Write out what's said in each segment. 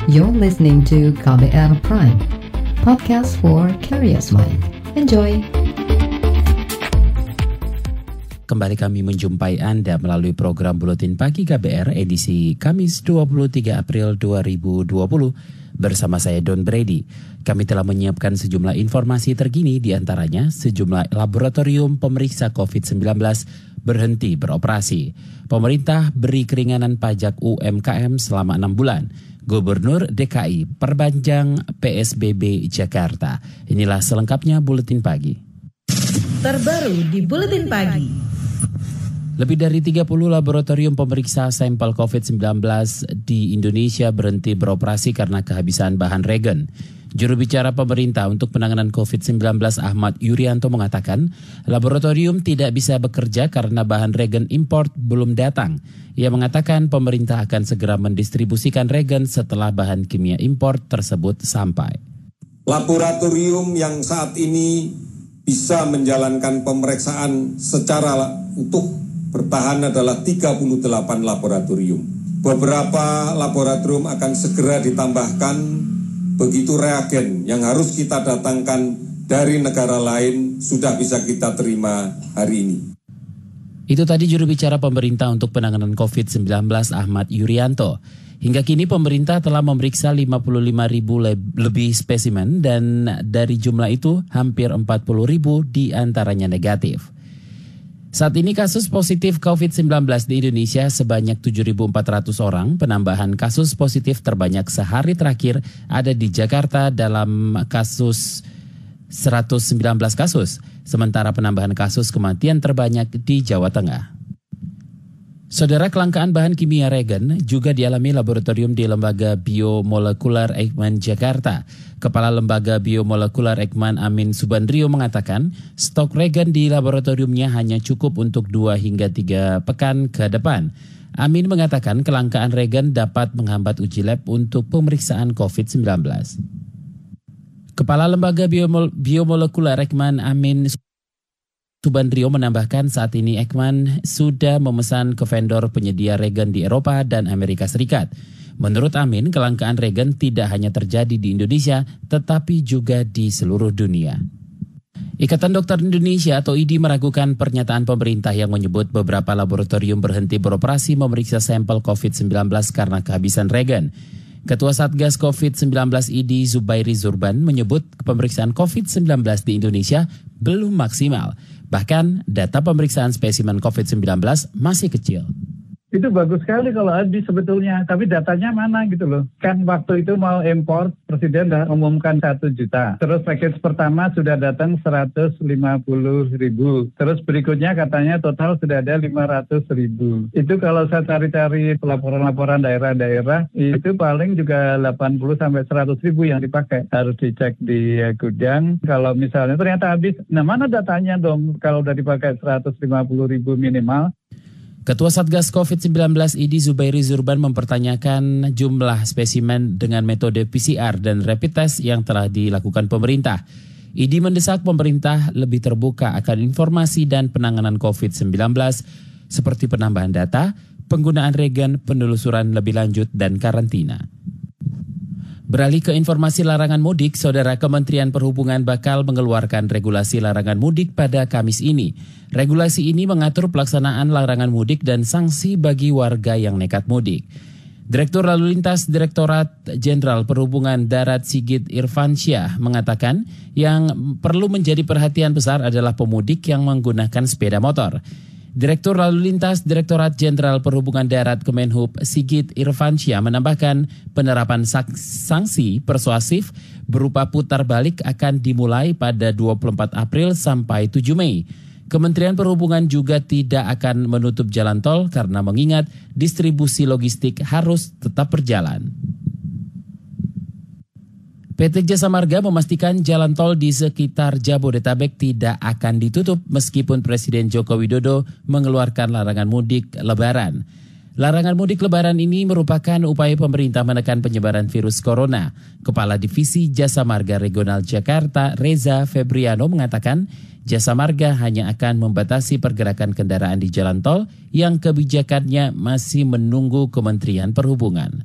You're listening to KBR Prime, podcast for curious mind. Enjoy! Kembali kami menjumpai Anda melalui program Buletin Pagi KBR edisi Kamis 23 April 2020 bersama saya Don Brady. Kami telah menyiapkan sejumlah informasi terkini, di antaranya sejumlah laboratorium pemeriksa COVID-19 berhenti beroperasi. Pemerintah beri keringanan pajak UMKM selama 6 bulan. Gubernur DKI perpanjang PSBB Jakarta. Inilah selengkapnya Buletin Pagi. Terbaru di Buletin Pagi. Lebih dari 30 laboratorium pemeriksa sampel COVID-19 di Indonesia berhenti beroperasi karena kehabisan bahan reagen. Juru bicara pemerintah untuk penanganan COVID-19 Ahmad Yuryanto mengatakan laboratorium tidak bisa bekerja karena bahan reagen import belum datang. Ia mengatakan pemerintah akan segera mendistribusikan reagen setelah bahan kimia import tersebut sampai. Laboratorium yang saat ini bisa menjalankan pemeriksaan secara utuh bertahan adalah 38 laboratorium. Beberapa laboratorium akan segera ditambahkan. Begitu reagen yang harus kita datangkan dari negara lain sudah bisa kita terima hari ini. Itu tadi juru bicara pemerintah untuk penanganan COVID-19 Ahmad Yuryanto. Hingga kini pemerintah telah memeriksa 55.000 lebih spesimen dan dari jumlah itu hampir 40.000 diantaranya negatif. Saat ini kasus positif COVID-19 di Indonesia sebanyak 7.400 orang. Penambahan kasus positif terbanyak sehari terakhir ada di Jakarta dalam kasus 119 kasus. Sementara penambahan kasus kematian terbanyak di Jawa Tengah. Saudara, kelangkaan bahan kimia reagen juga dialami laboratorium di Lembaga Biomolekuler Eijkman Jakarta. Kepala Lembaga Biomolekuler Eijkman Amin Subandrio mengatakan stok reagen di laboratoriumnya hanya cukup untuk 2 hingga 3 pekan ke depan. Amin mengatakan kelangkaan reagen dapat menghambat uji lab untuk pemeriksaan COVID-19. Kepala Lembaga Biomolekuler Eijkman Amin Subandrio menambahkan saat ini Eijkman sudah memesan ke vendor penyedia reagen di Eropa dan Amerika Serikat. Menurut Amin, kelangkaan reagen tidak hanya terjadi di Indonesia, tetapi juga di seluruh dunia. Ikatan Dokter Indonesia atau IDI meragukan pernyataan pemerintah yang menyebut beberapa laboratorium berhenti beroperasi memeriksa sampel COVID-19 karena kehabisan reagen. Ketua Satgas COVID-19 IDI Zubairi Zurban menyebut pemeriksaan COVID-19 di Indonesia belum maksimal. Bahkan data pemeriksaan spesimen COVID-19 masih kecil. Itu bagus sekali kalau ada sebetulnya, tapi datanya mana gitu loh. Kan waktu itu mau import, Presiden dah umumkan 1 juta. Terus package pertama sudah datang 150.000. Terus berikutnya katanya total sudah ada 500.000. Itu kalau saya cari-cari laporan-laporan daerah-daerah, itu paling juga 80-100.000 yang dipakai. Harus dicek di gudang. Kalau misalnya ternyata habis, nah mana datanya dong kalau udah dipakai 150.000 minimal. Ketua Satgas COVID-19 IDI Zubairi Zurban mempertanyakan jumlah spesimen dengan metode PCR dan rapid test yang telah dilakukan pemerintah. IDI mendesak pemerintah lebih terbuka akan informasi dan penanganan COVID-19 seperti penambahan data, penggunaan reagen, penelusuran lebih lanjut, dan karantina. Beralih ke informasi larangan mudik, Saudara, Kementerian Perhubungan bakal mengeluarkan regulasi larangan mudik pada Kamis ini. Regulasi ini mengatur pelaksanaan larangan mudik dan sanksi bagi warga yang nekat mudik. Direktur Lalu Lintas Direktorat Jenderal Perhubungan Darat Sigit Irfansyah mengatakan yang perlu menjadi perhatian besar adalah pemudik yang menggunakan sepeda motor. Direktur Lalu Lintas Direktorat Jenderal Perhubungan Darat Kemenhub Sigit Irfansyah menambahkan penerapan sanksi persuasif berupa putar balik akan dimulai pada 24 April sampai 7 Mei. Kementerian Perhubungan juga tidak akan menutup jalan tol karena mengingat distribusi logistik harus tetap berjalan. PT Jasa Marga memastikan jalan tol di sekitar Jabodetabek tidak akan ditutup meskipun Presiden Joko Widodo mengeluarkan larangan mudik Lebaran. Larangan mudik Lebaran ini merupakan upaya pemerintah menekan penyebaran virus corona. Kepala Divisi Jasa Marga Regional Jakarta, Reza Febriano, mengatakan Jasa Marga hanya akan membatasi pergerakan kendaraan di jalan tol yang kebijakannya masih menunggu Kementerian Perhubungan.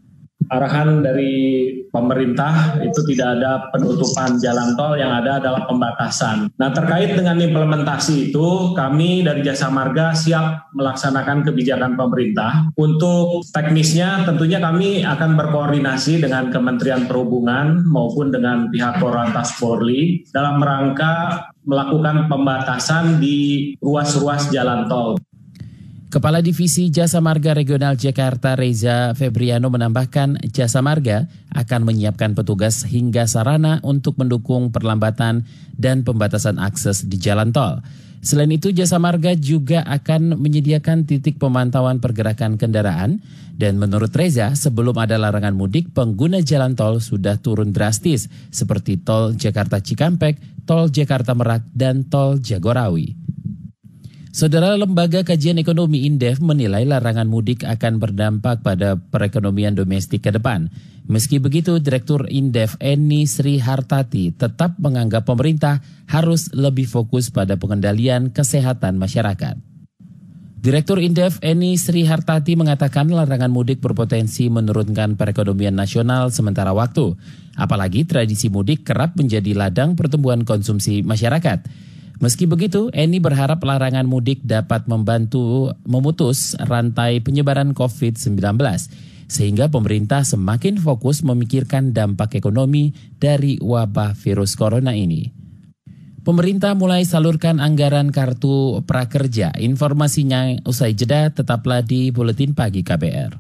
arahan dari pemerintah itu tidak ada penutupan jalan tol, yang ada adalah pembatasan. Nah, terkait dengan implementasi itu, kami dari Jasa Marga siap melaksanakan kebijakan pemerintah. Untuk teknisnya tentunya kami akan berkoordinasi dengan Kementerian Perhubungan maupun dengan pihak Korlantas Polri dalam rangka melakukan pembatasan di ruas-ruas jalan tol. Kepala Divisi Jasa Marga Regional Jakarta Reza Febriano menambahkan Jasa Marga akan menyiapkan petugas hingga sarana untuk mendukung perlambatan dan pembatasan akses di jalan tol. Selain itu, Jasa Marga juga akan menyediakan titik pemantauan pergerakan kendaraan dan menurut Reza, sebelum ada larangan mudik, pengguna jalan tol sudah turun drastis seperti tol Jakarta Cikampek, tol Jakarta Merak, dan tol Jagorawi. Saudara, Lembaga Kajian Ekonomi Indef menilai larangan mudik akan berdampak pada perekonomian domestik ke depan. Meski begitu, Direktur Indef Eni Sri Hartati tetap menganggap pemerintah harus lebih fokus pada pengendalian kesehatan masyarakat. Direktur Indef Eni Sri Hartati mengatakan larangan mudik berpotensi menurunkan perekonomian nasional sementara waktu. Apalagi tradisi mudik kerap menjadi ladang pertumbuhan konsumsi masyarakat. Meski begitu, Eni berharap larangan mudik dapat membantu memutus rantai penyebaran COVID-19, sehingga pemerintah semakin fokus memikirkan dampak ekonomi dari wabah virus corona ini. Pemerintah mulai salurkan anggaran kartu prakerja. Informasinya usai jeda, tetaplah di Buletin Pagi KBR.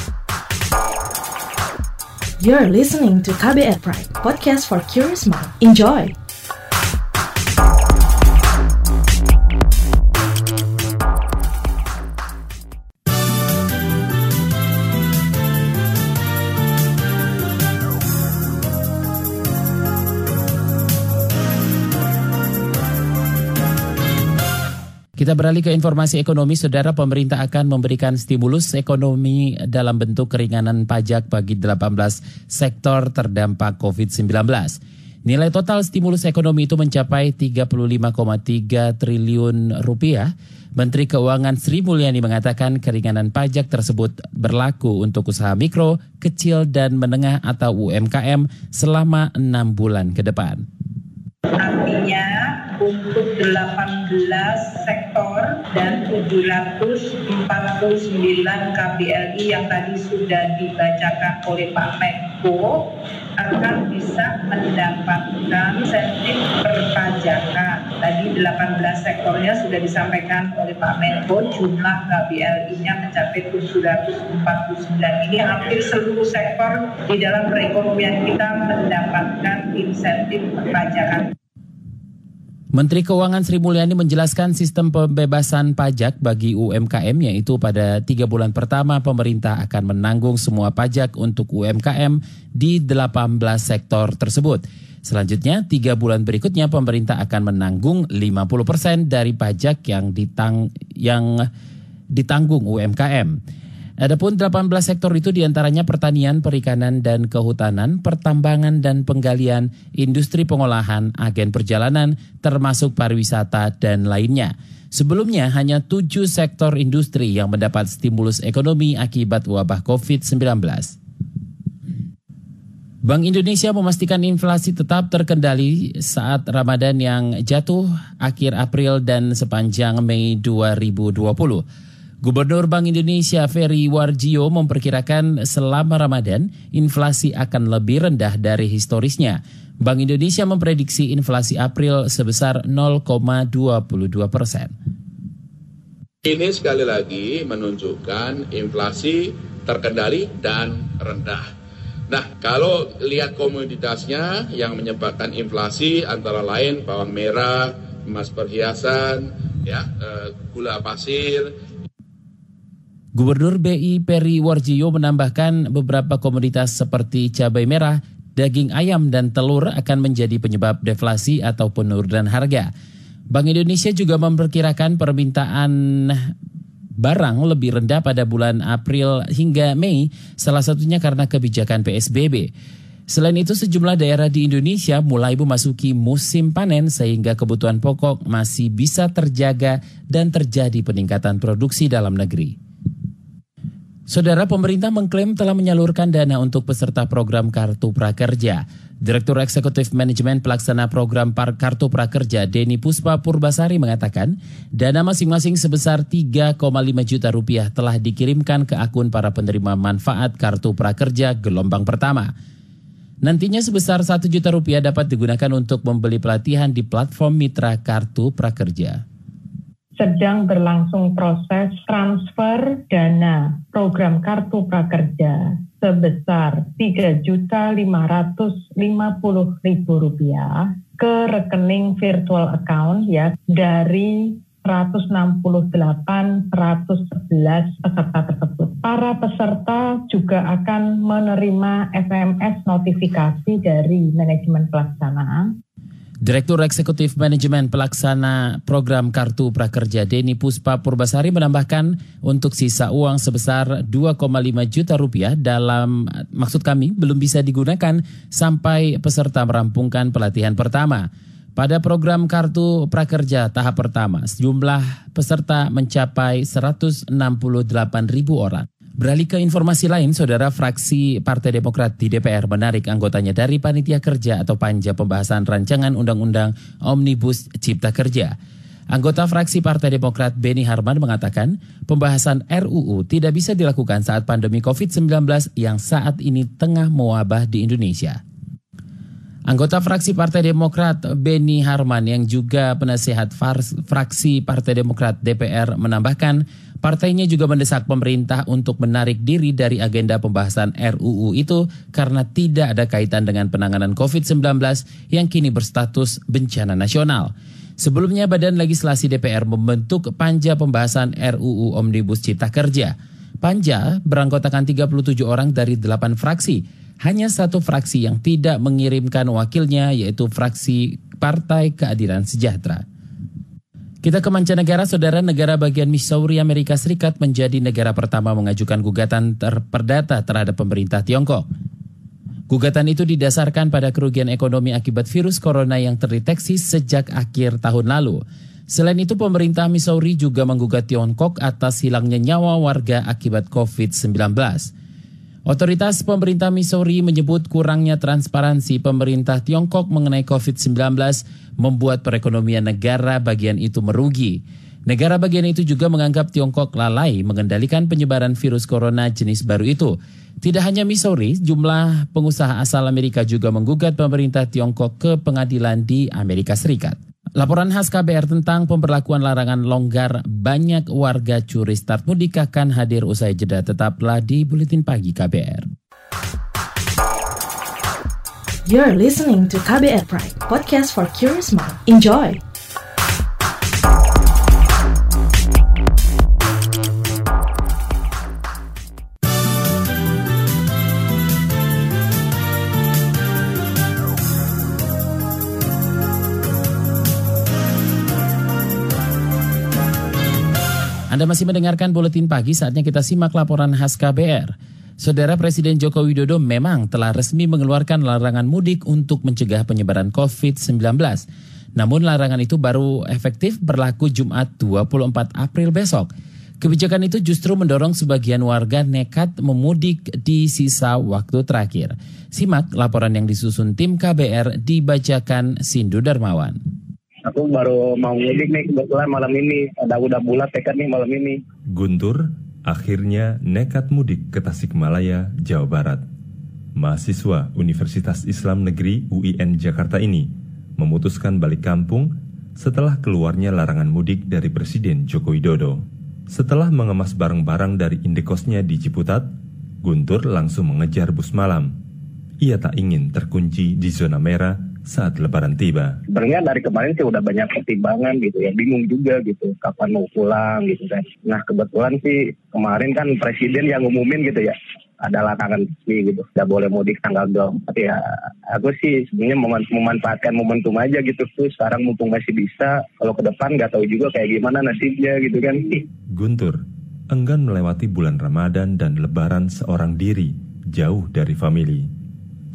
You're listening to KBR Pride, podcast for curious mind. Enjoy! Kita beralih ke informasi ekonomi. Saudara, pemerintah akan memberikan stimulus ekonomi dalam bentuk keringanan pajak bagi 18 sektor terdampak COVID-19. Nilai total stimulus ekonomi itu mencapai 35,3 triliun rupiah. Menteri Keuangan Sri Mulyani mengatakan keringanan pajak tersebut berlaku untuk usaha mikro, kecil, dan menengah atau UMKM selama 6 bulan ke depan. Artinya untuk 18 sektor dan 749 KBLI yang tadi sudah dibacakan oleh Pak Menko akan bisa mendapatkan insentif perpajakan. Tadi 18 sektornya sudah disampaikan oleh Pak Menko, jumlah KBLI-nya mencapai 749. Ini hampir seluruh sektor di dalam perekonomian kita mendapatkan insentif perpajakan. Menteri Keuangan Sri Mulyani menjelaskan sistem pembebasan pajak bagi UMKM, yaitu pada 3 bulan pertama pemerintah akan menanggung semua pajak untuk UMKM di 18 sektor tersebut. Selanjutnya, 3 bulan berikutnya pemerintah akan menanggung 50% dari pajak yang ditanggung UMKM. Adapun 18 sektor itu diantaranya pertanian, perikanan dan kehutanan, pertambangan dan penggalian, industri pengolahan, agen perjalanan, termasuk pariwisata dan lainnya. Sebelumnya hanya 7 sektor industri yang mendapat stimulus ekonomi akibat wabah COVID-19. Bank Indonesia memastikan inflasi tetap terkendali saat Ramadan yang jatuh akhir April dan sepanjang Mei 2020. Gubernur Bank Indonesia Ferry Warjio memperkirakan selama Ramadan inflasi akan lebih rendah dari historisnya. Bank Indonesia memprediksi inflasi April sebesar 0,22%. Ini sekali lagi menunjukkan inflasi terkendali dan rendah. Nah, kalau lihat komoditasnya yang menyebabkan inflasi antara lain bawang merah, emas perhiasan, gula pasir. Gubernur BI Ferry Warjio menambahkan beberapa komoditas seperti cabai merah, daging ayam, dan telur akan menjadi penyebab deflasi atau penurunan harga. Bank Indonesia juga memperkirakan permintaan barang lebih rendah pada bulan April hingga Mei, salah satunya karena kebijakan PSBB. Selain itu, sejumlah daerah di Indonesia mulai memasuki musim panen sehingga kebutuhan pokok masih bisa terjaga dan terjadi peningkatan produksi dalam negeri. Saudara, pemerintah mengklaim telah menyalurkan dana untuk peserta program Kartu Prakerja. Direktur Eksekutif Manajemen Pelaksana Program Kartu Prakerja, Denny Puspa Purbasari mengatakan, dana masing-masing sebesar 3,5 juta rupiah telah dikirimkan ke akun para penerima manfaat Kartu Prakerja gelombang pertama. Nantinya sebesar 1 juta rupiah dapat digunakan untuk membeli pelatihan di platform mitra Kartu Prakerja. Sedang berlangsung proses transfer dana program Kartu Prakerja sebesar Rp3.550.000 ke rekening virtual account ya dari 168 111 peserta tersebut. Para peserta juga akan menerima SMS notifikasi dari manajemen pelaksanaan. Direktur Eksekutif Manajemen Pelaksana Program Kartu Prakerja Denny Puspa Purbasari menambahkan untuk sisa uang sebesar 2,5 juta rupiah belum bisa digunakan sampai peserta merampungkan pelatihan pertama. Pada program Kartu Prakerja tahap pertama, sejumlah peserta mencapai 168.000 orang. Beralih ke informasi lain, saudara, fraksi Partai Demokrat di DPR menarik anggotanya dari Panitia Kerja atau Panja Pembahasan Rancangan Undang-Undang Omnibus Cipta Kerja. Anggota fraksi Partai Demokrat Beni Harman mengatakan pembahasan RUU tidak bisa dilakukan saat pandemi COVID-19 yang saat ini tengah mewabah di Indonesia. Anggota fraksi Partai Demokrat Beni Harman yang juga penasehat fraksi Partai Demokrat DPR menambahkan partainya juga mendesak pemerintah untuk menarik diri dari agenda pembahasan RUU itu karena tidak ada kaitan dengan penanganan COVID-19 yang kini berstatus bencana nasional. Sebelumnya Badan Legislasi DPR membentuk Panja Pembahasan RUU Omnibus Cipta Kerja. Panja beranggotakan 37 orang dari 8 fraksi. Hanya satu fraksi yang tidak mengirimkan wakilnya, yaitu fraksi Partai Keadilan Sejahtera. Kita ke mancanegara, saudara. Negara bagian Missouri, Amerika Serikat menjadi negara pertama mengajukan gugatan perdata terhadap pemerintah Tiongkok. Gugatan itu didasarkan pada kerugian ekonomi akibat virus corona yang terdeteksi sejak akhir tahun lalu. Selain itu, pemerintah Missouri juga menggugat Tiongkok atas hilangnya nyawa warga akibat COVID-19. Otoritas pemerintah Missouri menyebut kurangnya transparansi pemerintah Tiongkok mengenai COVID-19 membuat perekonomian negara bagian itu merugi. Negara bagian itu juga menganggap Tiongkok lalai mengendalikan penyebaran virus corona jenis baru itu. Tidak hanya Missouri, jumlah pengusaha asal Amerika juga menggugat pemerintah Tiongkok ke pengadilan di Amerika Serikat. Laporan khas KBR tentang pemberlakuan larangan longgar banyak warga curi start mudik akan hadir usai jeda. Tetaplah di Buletin Pagi KBR. You're listening to KBR Pride, podcast for curious mind. Enjoy! Anda masih mendengarkan Buletin Pagi, saatnya kita simak laporan khas KBR. Saudara, Presiden Joko Widodo memang telah resmi mengeluarkan larangan mudik untuk mencegah penyebaran COVID-19. Namun larangan itu baru efektif berlaku Jumat 24 April besok. Kebijakan itu justru mendorong sebagian warga nekat memudik di sisa waktu terakhir. Simak laporan yang disusun tim KBR dibacakan Sindu Darmawan. Aku baru mau mudik nih kebetulan malam ini. Udah bulat tekad nih malam ini. Guntur akhirnya nekat mudik ke Tasikmalaya, Jawa Barat. Mahasiswa Universitas Islam Negeri UIN Jakarta ini memutuskan balik kampung setelah keluarnya larangan mudik dari Presiden Joko Widodo. Setelah mengemas barang-barang dari indekosnya di Ciputat, Guntur langsung mengejar bus malam. Ia tak ingin terkunci di zona merah saat Lebaran tiba. Sebenarnya dari kemarin sih udah banyak pertimbangan gitu ya, bingung juga gitu kapan mau pulang gitu kan. Nah kebetulan sih kemarin kan Presiden yang ngumumin gitu ya, ada larangan resmi gitu, nggak boleh mudik tanggal 24 ya. Aku sih sebenarnya memanfaatkan momentum aja gitu tuh. Sekarang mumpung masih bisa, kalau ke depan nggak tahu juga kayak gimana nasibnya gitu kan. Guntur enggan melewati bulan Ramadan dan Lebaran seorang diri, jauh dari famili.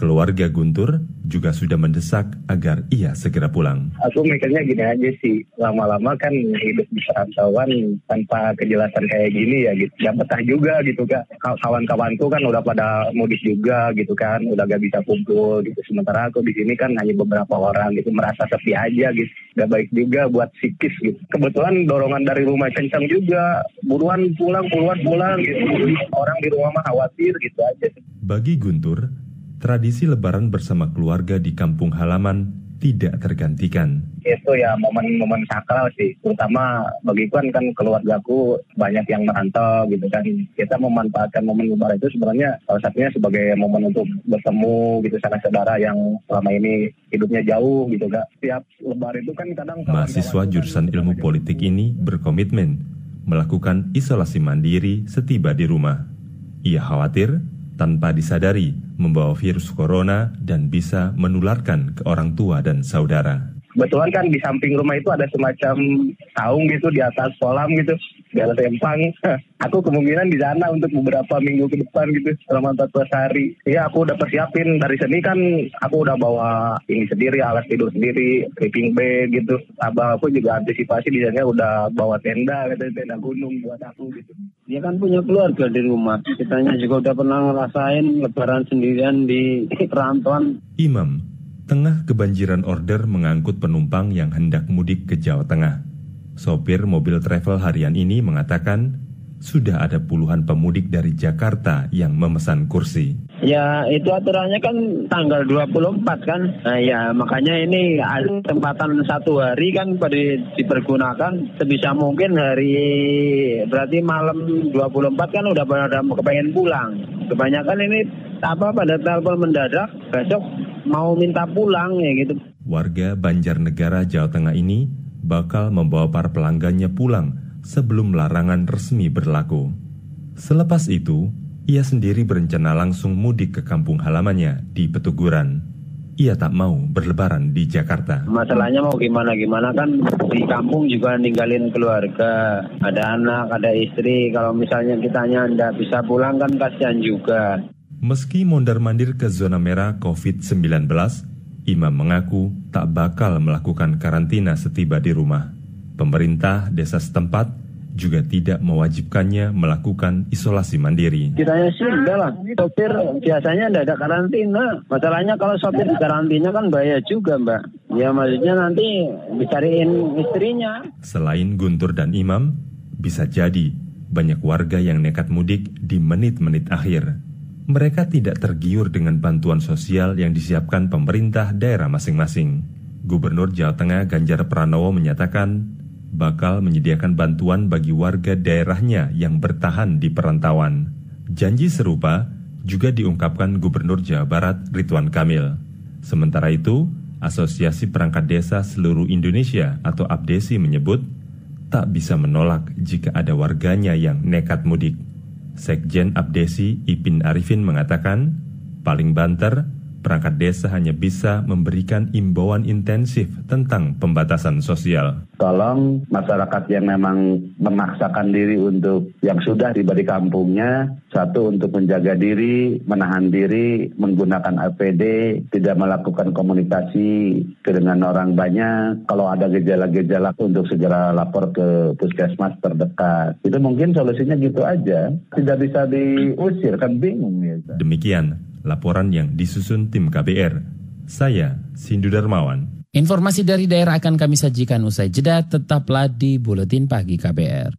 Keluarga Guntur juga sudah mendesak agar ia segera pulang. Aku mikirnya gini aja sih, lama-lama kan hidup di perantauan tanpa kejelasan kayak gini ya gitu. Gak betah juga gitu Kak. Kawan-kawanku kan udah pada mudik juga gitu kan, udah gak bisa kumpul gitu. Sementara aku di sini kan hanya beberapa orang gitu, merasa sepi aja gitu. Gak baik juga buat psikis gitu. Kebetulan dorongan dari rumah kencang juga, buruan pulang gitu. Orang di rumah mah khawatir gitu aja. Bagi Guntur, tradisi lebaran bersama keluarga di kampung halaman tidak tergantikan. Itu ya momen-momen sakral sih, terutama bagiku kan keluargaku banyak yang merantau gitu kan. Kita memanfaatkan momen lebaran itu sebenarnya salah satunya sebagai momen untuk bertemu gitu sama saudara yang selama ini hidupnya jauh gitu Kak. Tiap lebaran itu kan kadang mahasiswa jurusan ilmu politik ini berkomitmen melakukan isolasi mandiri setiba di rumah. Ia khawatir tanpa disadari membawa virus corona dan bisa menularkan ke orang tua dan saudara. Kebetulan kan di samping rumah itu ada semacam saung gitu di atas kolam gitu, di atas empang. Aku kemungkinan di sana untuk beberapa minggu ke depan gitu, selama 14 hari. Ya aku udah persiapin dari sini kan, aku udah bawa ini sendiri, alas tidur sendiri, sleeping bag gitu. Abang aku juga antisipasi di sana udah bawa tenda gunung buat aku gitu. Dia kan punya keluarga di rumah. Kitanya juga udah pernah ngerasain lebaran sendirian di perantauan. Imam tengah kebanjiran order mengangkut penumpang yang hendak mudik ke Jawa Tengah. Sopir mobil travel harian ini mengatakan sudah ada puluhan pemudik dari Jakarta yang memesan kursi. Ya itu aturannya kan tanggal 24 kan. Nah ya makanya ini ada kesempatan 1 hari kan dipergunakan sebisa mungkin hari, berarti malam 24 kan udah pada kepengen pulang. Kebanyakan ini pada telepon mendadak besok mau minta pulang ya gitu. Warga Banjarnegara, Jawa Tengah ini bakal membawa para pelanggannya pulang sebelum larangan resmi berlaku. Selepas itu, ia sendiri berencana langsung mudik ke kampung halamannya di Petuguran. Ia tak mau berlebaran di Jakarta. Masalahnya mau gimana kan di kampung juga ninggalin keluarga, ada anak, ada istri. Kalau misalnya kitanya nggak bisa pulang kan kasihan juga. Meski mondar-mandir ke zona merah COVID-19, Imam mengaku tak bakal melakukan karantina setiba di rumah. Pemerintah desa setempat juga tidak mewajibkannya melakukan isolasi mandiri. Kitanya sih enggak lah, sopir biasanya enggak ada karantina. Masalahnya kalau sopir di karantina kan bahaya juga Mbak. Ya maksudnya nanti dicariin istrinya. Selain Guntur dan Imam, bisa jadi banyak warga yang nekat mudik di menit-menit akhir. Mereka tidak tergiur dengan bantuan sosial yang disiapkan pemerintah daerah masing-masing. Gubernur Jawa Tengah Ganjar Pranowo menyatakan bakal menyediakan bantuan bagi warga daerahnya yang bertahan di perantauan. Janji serupa juga diungkapkan Gubernur Jawa Barat Ridwan Kamil. Sementara itu, Asosiasi Perangkat Desa Seluruh Indonesia atau APDESI menyebut tak bisa menolak jika ada warganya yang nekat mudik. Sekjen APDESI Ipin Arifin mengatakan, paling banter, perangkat desa hanya bisa memberikan imbauan intensif tentang pembatasan sosial. Tolong masyarakat yang memang memaksakan diri untuk yang sudah tiba di kampungnya, satu untuk menjaga diri, menahan diri, menggunakan APD, tidak melakukan komunikasi dengan orang banyak. Kalau ada gejala-gejala untuk segera lapor ke puskesmas terdekat. Itu mungkin solusinya gitu aja. Tidak bisa diusir, kan bingung ya. Demikian laporan yang disusun tim KBR. Saya, Sindu Darmawan. Informasi dari daerah akan kami sajikan usai jeda, tetaplah di Buletin Pagi KBR.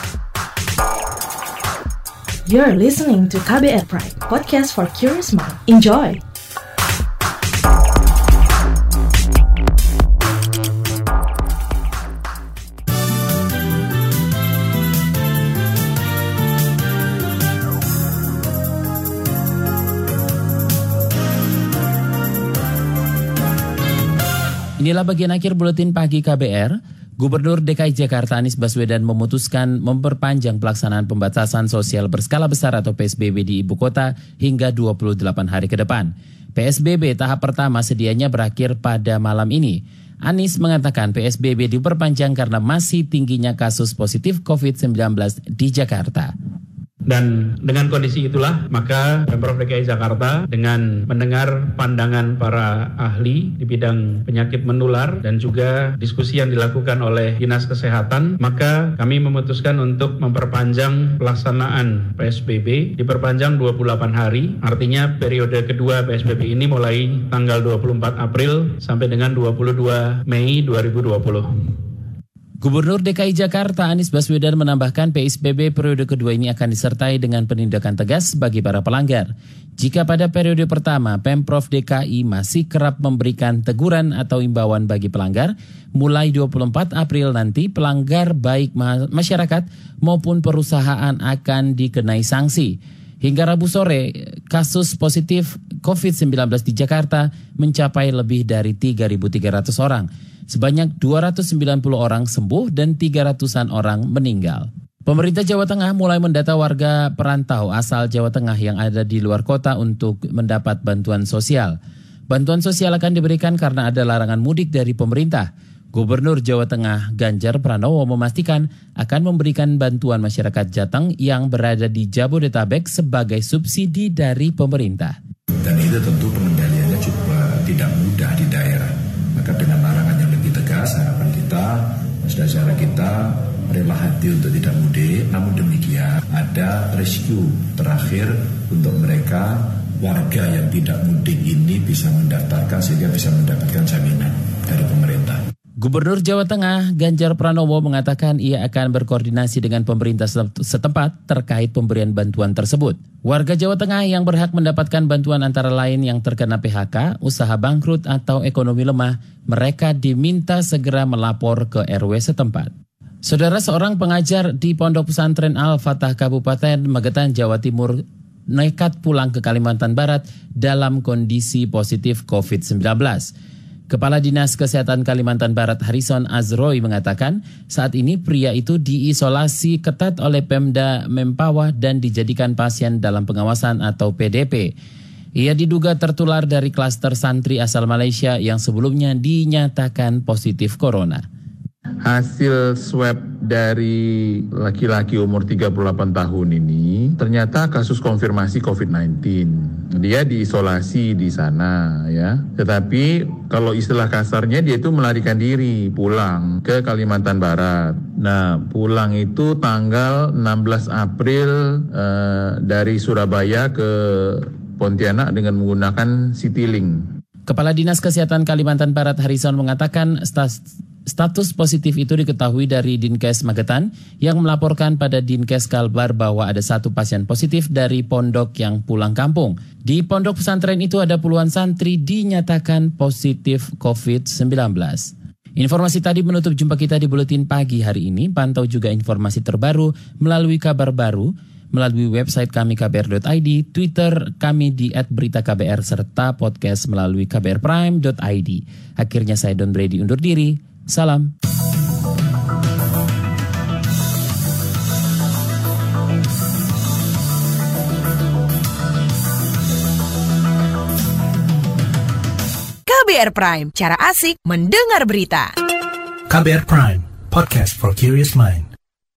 You're listening to KBR Pride, podcast for curious mind. Enjoy! Inilah bagian akhir Buletin Pagi KBR. Gubernur DKI Jakarta Anies Baswedan memutuskan memperpanjang pelaksanaan pembatasan sosial berskala besar atau PSBB di ibu kota hingga 28 hari ke depan. PSBB tahap pertama sedianya berakhir pada malam ini. Anies mengatakan PSBB diperpanjang karena masih tingginya kasus positif COVID-19 di Jakarta. Dan dengan kondisi itulah maka Pemprov DKI Jakarta dengan mendengar pandangan para ahli di bidang penyakit menular dan juga diskusi yang dilakukan oleh Dinas Kesehatan, maka kami memutuskan untuk memperpanjang pelaksanaan PSBB, diperpanjang 28 hari, artinya periode kedua PSBB ini mulai tanggal 24 April sampai dengan 22 Mei 2020. Gubernur DKI Jakarta Anies Baswedan menambahkan PSBB periode kedua ini akan disertai dengan penindakan tegas bagi para pelanggar. Jika pada periode pertama Pemprov DKI masih kerap memberikan teguran atau imbauan bagi pelanggar, mulai 24 April nanti pelanggar baik masyarakat maupun perusahaan akan dikenai sanksi. Hingga Rabu sore, kasus positif COVID-19 di Jakarta mencapai lebih dari 3.300 orang. Sebanyak 290 orang sembuh dan 300-an orang meninggal. Pemerintah Jawa Tengah mulai mendata warga perantau asal Jawa Tengah yang ada di luar kota untuk mendapat bantuan sosial. Bantuan sosial akan diberikan karena ada larangan mudik dari pemerintah. Gubernur Jawa Tengah Ganjar Pranowo memastikan akan memberikan bantuan masyarakat Jateng yang berada di Jabodetabek sebagai subsidi dari pemerintah. Dan itu tentu pengendaliannya juga tidak mudah di daerah. Maka dengan larangan yang lebih tegas, harapan kita, saudara-saudara kita rela hati untuk tidak mudik. Namun demikian ada rescue terakhir untuk mereka warga yang tidak mudik ini bisa mendaftarkan sehingga bisa mendapatkan jaminan dari pemerintah. Gubernur Jawa Tengah Ganjar Pranowo mengatakan ia akan berkoordinasi dengan pemerintah setempat terkait pemberian bantuan tersebut. Warga Jawa Tengah yang berhak mendapatkan bantuan antara lain yang terkena PHK, usaha bangkrut atau ekonomi lemah, mereka diminta segera melapor ke RW setempat. Saudara, seorang pengajar di Pondok Pesantren Al-Fatah Kabupaten Magetan, Jawa Timur nekat pulang ke Kalimantan Barat dalam kondisi positif COVID-19. Kepala Dinas Kesehatan Kalimantan Barat Harrison Azroy mengatakan saat ini pria itu diisolasi ketat oleh Pemda Mempawah dan dijadikan pasien dalam pengawasan atau PDP. Ia diduga tertular dari klaster santri asal Malaysia yang sebelumnya dinyatakan positif corona. Hasil swab dari laki-laki umur 38 tahun ini ternyata kasus konfirmasi COVID-19. Dia diisolasi di sana ya. Tetapi kalau istilah kasarnya dia itu melarikan diri pulang ke Kalimantan Barat. Nah, pulang itu tanggal 16 April dari Surabaya ke Pontianak dengan menggunakan Citylink. Kepala Dinas Kesehatan Kalimantan Barat Harrison mengatakan status positif itu diketahui dari Dinkes Magetan yang melaporkan pada Dinkes Kalbar bahwa ada satu pasien positif dari pondok yang pulang kampung. Di pondok pesantren itu ada puluhan santri dinyatakan positif COVID-19. Informasi tadi menutup jumpa kita di Buletin Pagi hari ini. Pantau juga informasi terbaru melalui kabar baru, melalui website kami kbr.id, Twitter kami di @beritaKBR, serta podcast melalui kbrprime.id. Akhirnya saya Don Brady undur diri. Salam. KBR Prime, cara asik mendengar berita. KBR Prime, podcast for curious mind.